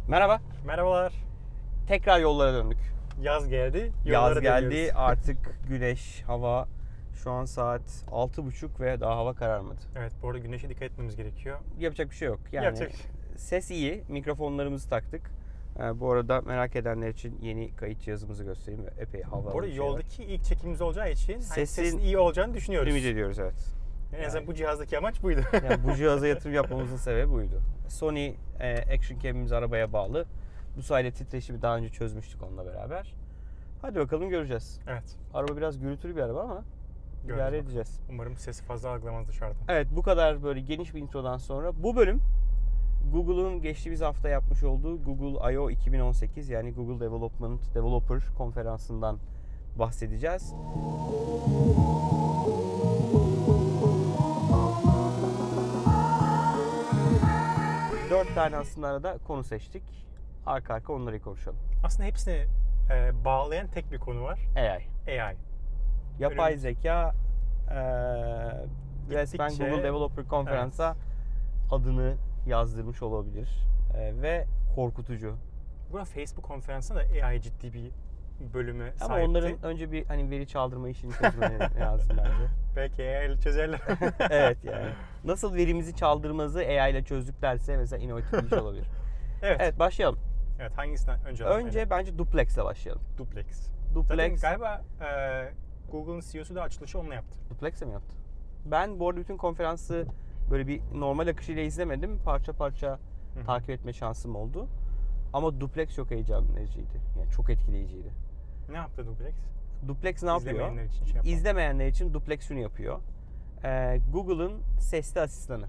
Merhaba. Merhabalar. Tekrar yollara döndük. Yaz geldi. Yaz geldi dönüyoruz. artık güneş, hava. Şu an saat 6.30 ve daha hava kararmadı. Evet, bu arada güneşe dikkat etmemiz gerekiyor. Yapacak bir şey yok. Yani Yapacak. ses iyi. Mikrofonlarımızı taktık. Bu arada merak edenler için yeni kayıt cihazımızı göstereyim. Epey havalı Bu arada bir şey var. yoldaki ilk çekimimiz olacağı için Sesin sesin iyi olacağını düşünüyoruz. Ümit ediyoruz, evet. En azından bu cihazdaki amaç buydu. Yani bu cihaza yatırım yapmamızın sebebi buydu. Sony Action Cam'imiz arabaya bağlı. Bu sayede titreşimi daha önce çözmüştük onunla beraber. Hadi bakalım, göreceğiz. Evet. Araba biraz gürültülü bir araba ama idare edeceğiz. Umarım sesi fazla algılamaz dışarıdan. Evet, bu kadar böyle geniş bir introdan sonra bu bölüm Google'un geçtiğimiz hafta yapmış olduğu Google I.O. 2018 yani Google Developer konferansından bahsedeceğiz. Dört tane aslında arada konu seçtik. Arka arka onları konuşalım. Aslında hepsini bağlayan tek bir konu var. AI. Yapay zeka resmen Gittikçe, Google Developer Konferans'a adını yazdırmış olabilir. Ve korkutucu. Bu Facebook konferansında da AI ciddi bir bölüme Ama sahipti. onların önce bir veri çaldırma işini çözmeleri lazım bence. Belki AI ile çözerler. Evet yani. Nasıl verimizi çaldırmazı AI ile çözdüklerse mesela inovatif bir iş olabilir. Evet, başlayalım. Evet, hangisinden önce alalım? Önce bence Duplex ile başlayalım. Duplex. Duplex. Zaten galiba Google'ın CEO'su da açılışı onunla yaptı. Duplex mi yaptı? Ben bu arada bütün konferansı böyle bir normal akışıyla izlemedim. Parça parça takip etme şansım oldu. Ama Duplex çok heyecan vericiydi. Yani çok etkileyiciydi. Ne yaptı Duplex? Duplex ne yapıyor? İzlemeyenler için şey yapalım. İzlemeyenler için Duplex şunu yapıyor. Google'ın sesli asistanı.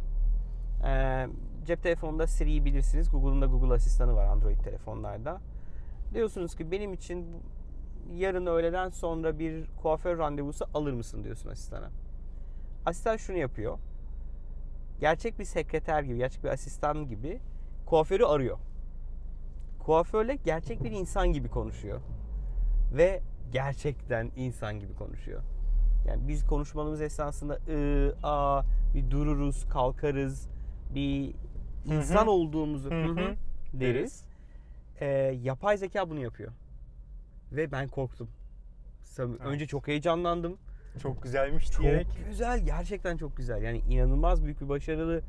Cep telefonunda Siri'yi bilirsiniz. Google'un da Google asistanı var Android telefonlarda. Diyorsunuz ki benim için yarın öğleden sonra bir kuaför randevusu alır mısın diyorsun asistana. Asistan şunu yapıyor. Gerçek bir sekreter gibi, gerçek bir asistan gibi kuaförü arıyor. Kuaförle gerçek bir insan gibi konuşuyor. Ve gerçekten insan gibi konuşuyor. Yani biz konuşmamız esnasında bir dururuz, kalkarız, bir insan olduğumuzu deriz. Yapay zeka bunu yapıyor. Ve ben korktum. Önce çok heyecanlandım. Çok güzelmiş diyerek. Çok güzel, gerçekten çok güzel. Yani inanılmaz büyük bir başarılı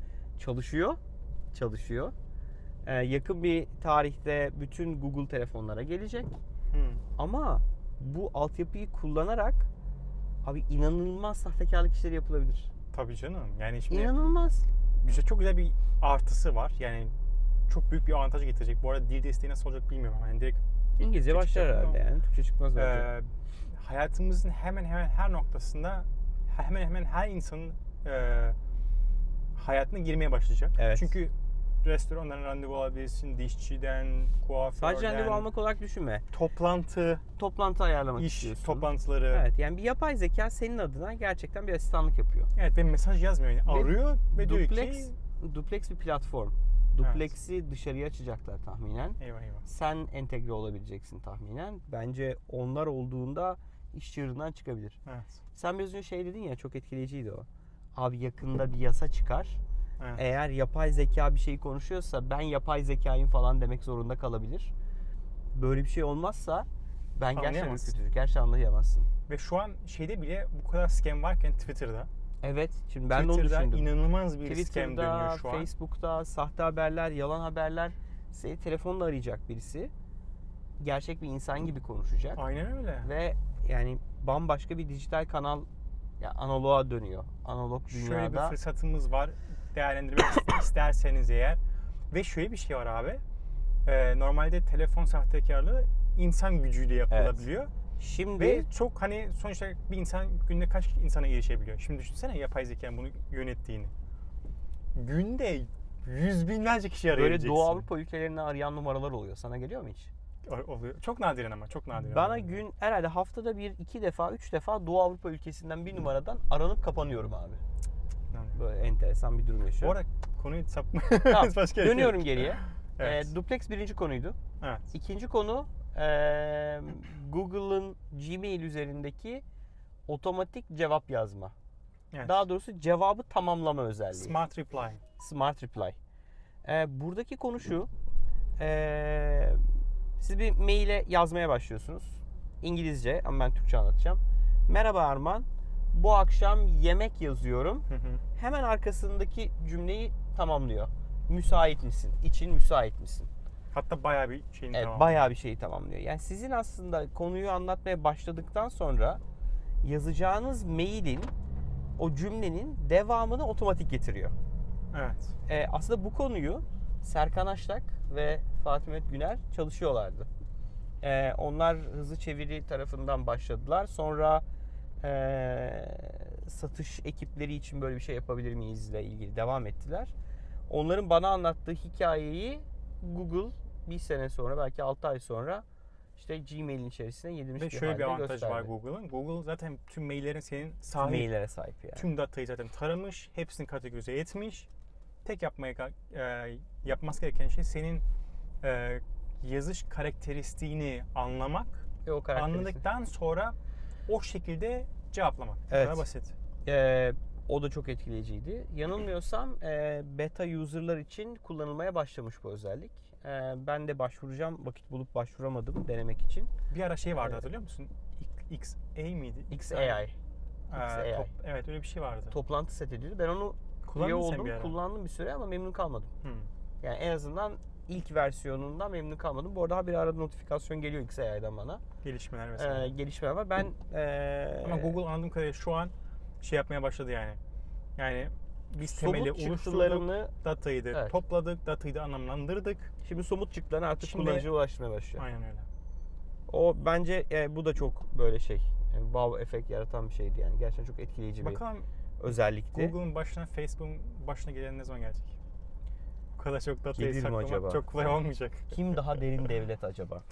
çalışıyor. Yakın bir tarihte bütün Google telefonlara gelecek. Ama bu altyapıyı kullanarak abi inanılmaz sahtekarlık işleri yapılabilir. Tabii canım. Yani şimdi İnanılmaz. çok güzel bir artısı var. Yani çok büyük bir avantaj getirecek. Bu arada dil desteği nasıl olacak bilmiyorum ama yani direkt İngilizce başlar herhalde yani. Türkçe çıkmaz bence. Hayatımızın hemen hemen her noktasında hemen hemen her insanın hayatına girmeye başlayacak. Evet. Çünkü restorandan randevu alabilirsin, dişçiden, kuaförden. Sadece randevu almak olarak düşünme. Toplantı ayarlamak iş istiyorsun. toplantıları. Evet, yani bir yapay zeka senin adına gerçekten bir asistanlık yapıyor. Evet, ve mesaj yazmıyor. Yani arıyor ve diyor ki Duplex bir platform. Duplex'i dışarıya açacaklar tahminen. Eyvah. Sen entegre olabileceksin tahminen. Bence onlar olduğunda iş çığırından çıkabilir. Evet. Sen biraz önce şey dedin ya, çok etkileyiciydi o. Abi yakında bir yasa çıkar. Evet. Eğer yapay zeka bir şey konuşuyorsa ben yapay zekayım falan demek zorunda kalabilir. Böyle bir şey olmazsa ben gerçekten kötü. Gerçekten anlayamazsın. Ve şu an şeyde bile bu kadar scam varken Twitter'da. Evet. Şimdi ben de onu düşündüm. Twitter'da inanılmaz bir scam dönüyor şu an. Facebook'ta sahte haberler, yalan haberler. Seni telefonla arayacak birisi. Gerçek bir insan gibi konuşacak. Aynen öyle. Ve yani bambaşka bir dijital kanal, ya analoğa dönüyor. Analog dünyada. Şöyle bir fırsatımız var. Değerlendirmek isterseniz eğer. Ve şöyle bir şey var abi. Normalde telefon sahtekarlığı insan gücüyle yapılabiliyor. Evet. Şimdi ve çok sonuçta bir insan günde kaç insana erişebiliyor? Şimdi düşünsene yapay zekanın bunu yönettiğini. Günde yüz binlerce kişi arayabileceksin. Böyle Doğu Avrupa ülkelerinden arayan numaralar oluyor. Sana geliyor mu hiç? Oluyor. Çok nadiren ama çok nadiren. Bana herhalde haftada 1-2 defa 3 defa Doğu Avrupa ülkesinden bir numaradan aranıp kapanıyorum abi. Böyle enteresan bir durum yaşıyor. Bu arada konuyu sapma. Tamam, dönüyorum geriye. Evet. Duplex birinci konuydu. Evet. İkinci konu Google'ın Gmail üzerindeki otomatik cevap yazma. Evet. Daha doğrusu cevabı tamamlama özelliği. Smart Reply. Smart Reply. Buradaki konu şu. Siz bir maile yazmaya başlıyorsunuz. İngilizce ama ben Türkçe anlatacağım. Merhaba Arman, bu akşam yemek yazıyorum. Hemen arkasındaki cümleyi tamamlıyor. Müsait misin? İçin müsait misin? Hatta bayağı bir şeyini Evet, tamamlıyor. bayağı bir şeyi tamamlıyor. Yani sizin aslında konuyu anlatmaya başladıktan sonra yazacağınız mailin, o cümlenin devamını otomatik getiriyor. Evet. Aslında bu konuyu Serkan Aşlak ve Fatih Mehmet Güner çalışıyorlardı. Onlar hızlı çeviri tarafından başladılar. Sonra satış ekipleri için böyle bir şey yapabilir miyiz ile ilgili devam ettiler. Onların bana anlattığı hikayeyi Google bir sene sonra, belki 6 ay sonra işte Gmail'in içerisine yedirmiş Ve bir şöyle bir halde avantajı gösterdi. var Google'ın. Google zaten tüm maillerin senin sahip. Maillere sahip yani. Tüm datayı zaten taramış. Hepsini kategorize etmiş. Tek yapması gereken şey senin yazış karakteristiğini anlamak. Ve o Anladıktan sonra o şekilde cevaplamak. Bu Evet. kadar basit. O da çok etkileyiciydi. Yanılmıyorsam beta user'lar için kullanılmaya başlamış bu özellik. Ben de başvuracağım. Vakit bulup başvuramadım denemek için. Bir ara şey vardı, hatırlıyor musun? XA miydi? XAI. XAI. Evet, öyle bir şey vardı. Toplantı set ediyordu. Ben onu Kullandın üye sen oldum, bir ara. kullandım bir süre ama memnun kalmadım. Hmm. Yani en azından ilk versiyonundan memnun kalmadım. Bu arada bir arada notifikasyon geliyor XAI'den bana. Gelişmeler vesaire. Gelişmeler var. Ben Ama Google anladığım kadarıyla şu an şey yapmaya başladı yani. Yani biz temeli somut oluşturduk, çıktılarını datayı da Evet. topladık, datayı da anlamlandırdık. şimdi somut çıktılarını artık Şimdi- kullanıcıya ulaştırmaya başlıyor. Aynen öyle. O bence bu da çok böyle wow efekt yaratan bir şeydi yani. Gerçekten çok etkileyici Bakalım bir özellikti. Google'un başına, Facebook'un başına gelen ne zaman gelecek? Bu kadar çok datayı Gelir mi saklamak acaba? çok kolay olmayacak. Kim daha derin devlet acaba?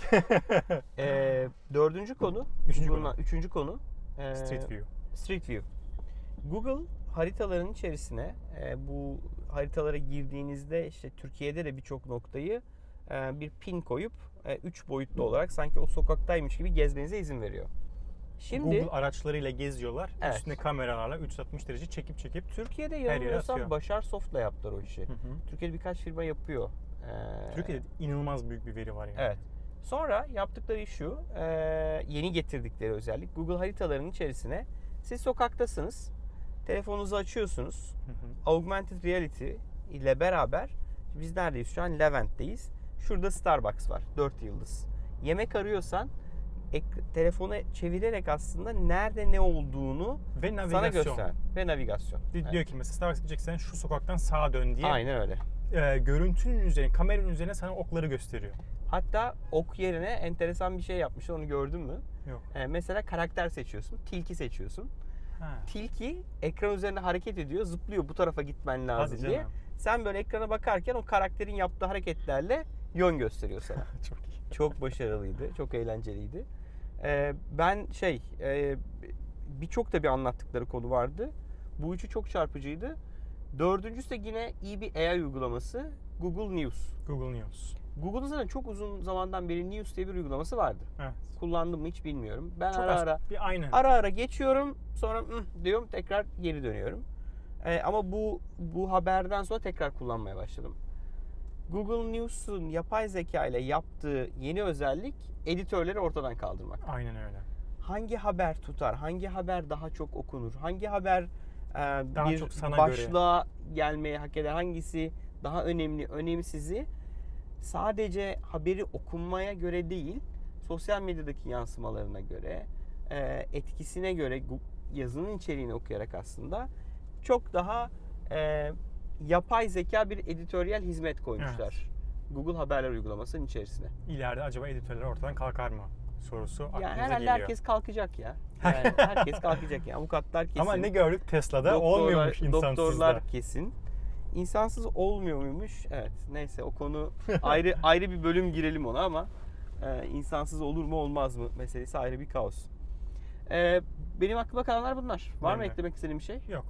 Dördüncü konu. Üçüncü konu. Street View. Street View. Google haritaların içerisine bu haritalara girdiğinizde işte Türkiye'de de birçok noktayı bir pin koyup 3 boyutlu olarak sanki o sokaktaymış gibi gezmenize izin veriyor. Şimdi Google araçlarıyla geziyorlar. Evet. Üstüne kameralarla 360 derece çekip Türkiye'de yere yanılmıyorsam atıyor. Başar Soft'la yaptılar o işi. Türkiye'de birkaç firma yapıyor. Türkiye'de inanılmaz büyük bir veri var yani. Evet. Sonra yaptıkları iş şu, yeni getirdikleri özellik. Google haritalarının içerisine siz sokaktasınız, telefonunuzu açıyorsunuz. Augmented Reality ile beraber biz neredeyiz şu an? Levent'teyiz. Şurada Starbucks var, 4 yıldız. Yemek arıyorsan telefonu çevirerek aslında nerede ne olduğunu Ve sana navigasyon. göster. Ve navigasyon. Diyor ki mesela Starbucks'a gideceksen şu sokaktan sağa dön diye. Aynen öyle. Görüntünün üzerine, kameranın üzerine sana okları gösteriyor. Hatta ok yerine enteresan bir şey yapmışlar, onu gördün mü? Yok. Mesela karakter seçiyorsun, tilki seçiyorsun. Ha. Tilki ekran üzerinde hareket ediyor, zıplıyor bu tarafa gitmen lazım Hadi diye. canım. Sen böyle ekrana bakarken o karakterin yaptığı hareketlerle yön gösteriyor sana. Çok iyi. Çok başarılıydı, çok eğlenceliydi. Ben birçok da bir anlattıkları konu vardı. Bu üçü çok çarpıcıydı. Dördüncüsü de yine iyi bir AI uygulaması, Google News. Google News. Google'ın zaten çok uzun zamandan beri News diye bir uygulaması vardı. Evet. Kullandım mı hiç bilmiyorum. Ben Çok aynen. ara ara geçiyorum, sonra diyorum, tekrar geri dönüyorum. Ama bu haberden sonra tekrar kullanmaya başladım. Google News'un yapay zeka ile yaptığı yeni özellik editörleri ortadan kaldırmak. Aynen öyle. Hangi haber tutar, hangi haber daha çok okunur, hangi haber Daha bir çok sana başlığa gelmeye hak eder, hangisi daha önemli, önemsizi sadece haberi okunmaya göre değil, sosyal medyadaki yansımalarına göre, etkisine göre yazının içeriğini okuyarak aslında çok daha yapay zeka bir editoryal hizmet koymuşlar. Evet. Google Haberler uygulamasının içerisine. İleride acaba editörler ortadan kalkar mı sorusu Yani aklınıza herhalde geliyor. herkes kalkacak ya. Yani herkes kalkacak yani. Avukatlar kesin. Ama ne gördük Tesla'da olmuyormuş insansızda. Doktorlar kesin. İnsansız olmuyor muymuş? Evet. Neyse, o konu ayrı bir bölüm girelim ona ama insansız olur mu olmaz mı meselesi ayrı bir kaos. Benim aklıma kalanlar bunlar. Var mı Benim de. eklemek istediğim bir şey? Yok.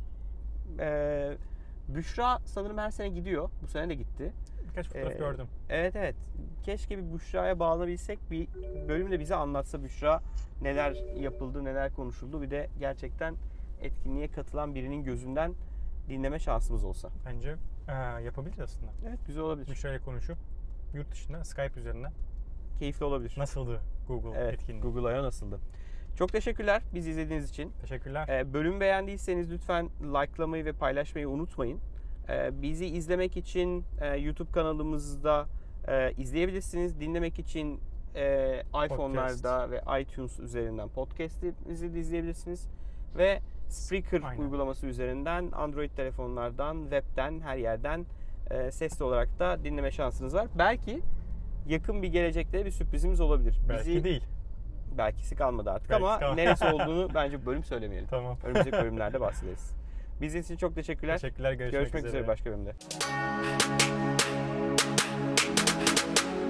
Büşra sanırım her sene gidiyor. Bu sene de gitti. Birkaç fotoğraf gördüm. Evet. Keşke bir Büşra'ya bağlanabilsek. Bir bölümde bize anlatsa Büşra neler yapıldı, neler konuşuldu. Bir de gerçekten etkinliğe katılan birinin gözünden dinleme şansımız olsa. Bence yapabiliriz aslında. Evet, güzel olabilir. Müşteriyle konuşup yurt dışında Skype üzerinden. Keyifli olabilir. Nasıldı Google Evet, etkinliği? Google I.O. nasıldı? Çok teşekkürler bizi izlediğiniz için. Teşekkürler. Bölümü beğendiyseniz lütfen likelamayı ve paylaşmayı unutmayın. Bizi izlemek için YouTube kanalımızda izleyebilirsiniz. Dinlemek için iPhone'larda ve iTunes üzerinden podcast'imizi de izleyebilirsiniz. Ve Spreaker uygulaması üzerinden Android telefonlardan, webten, her yerden sesli olarak da dinleme şansınız var. Belki yakın bir gelecekte bir sürprizimiz olabilir. Belki değil. Belkisi kalmadı artık Belki ama kalmadı. neresi olduğunu bence bölüm söylemeyelim. Tamam. Önümüzdeki bölümlerde bahsederiz. Bizim için çok teşekkürler. Teşekkürler. Görüşmek üzere Başka bölümde.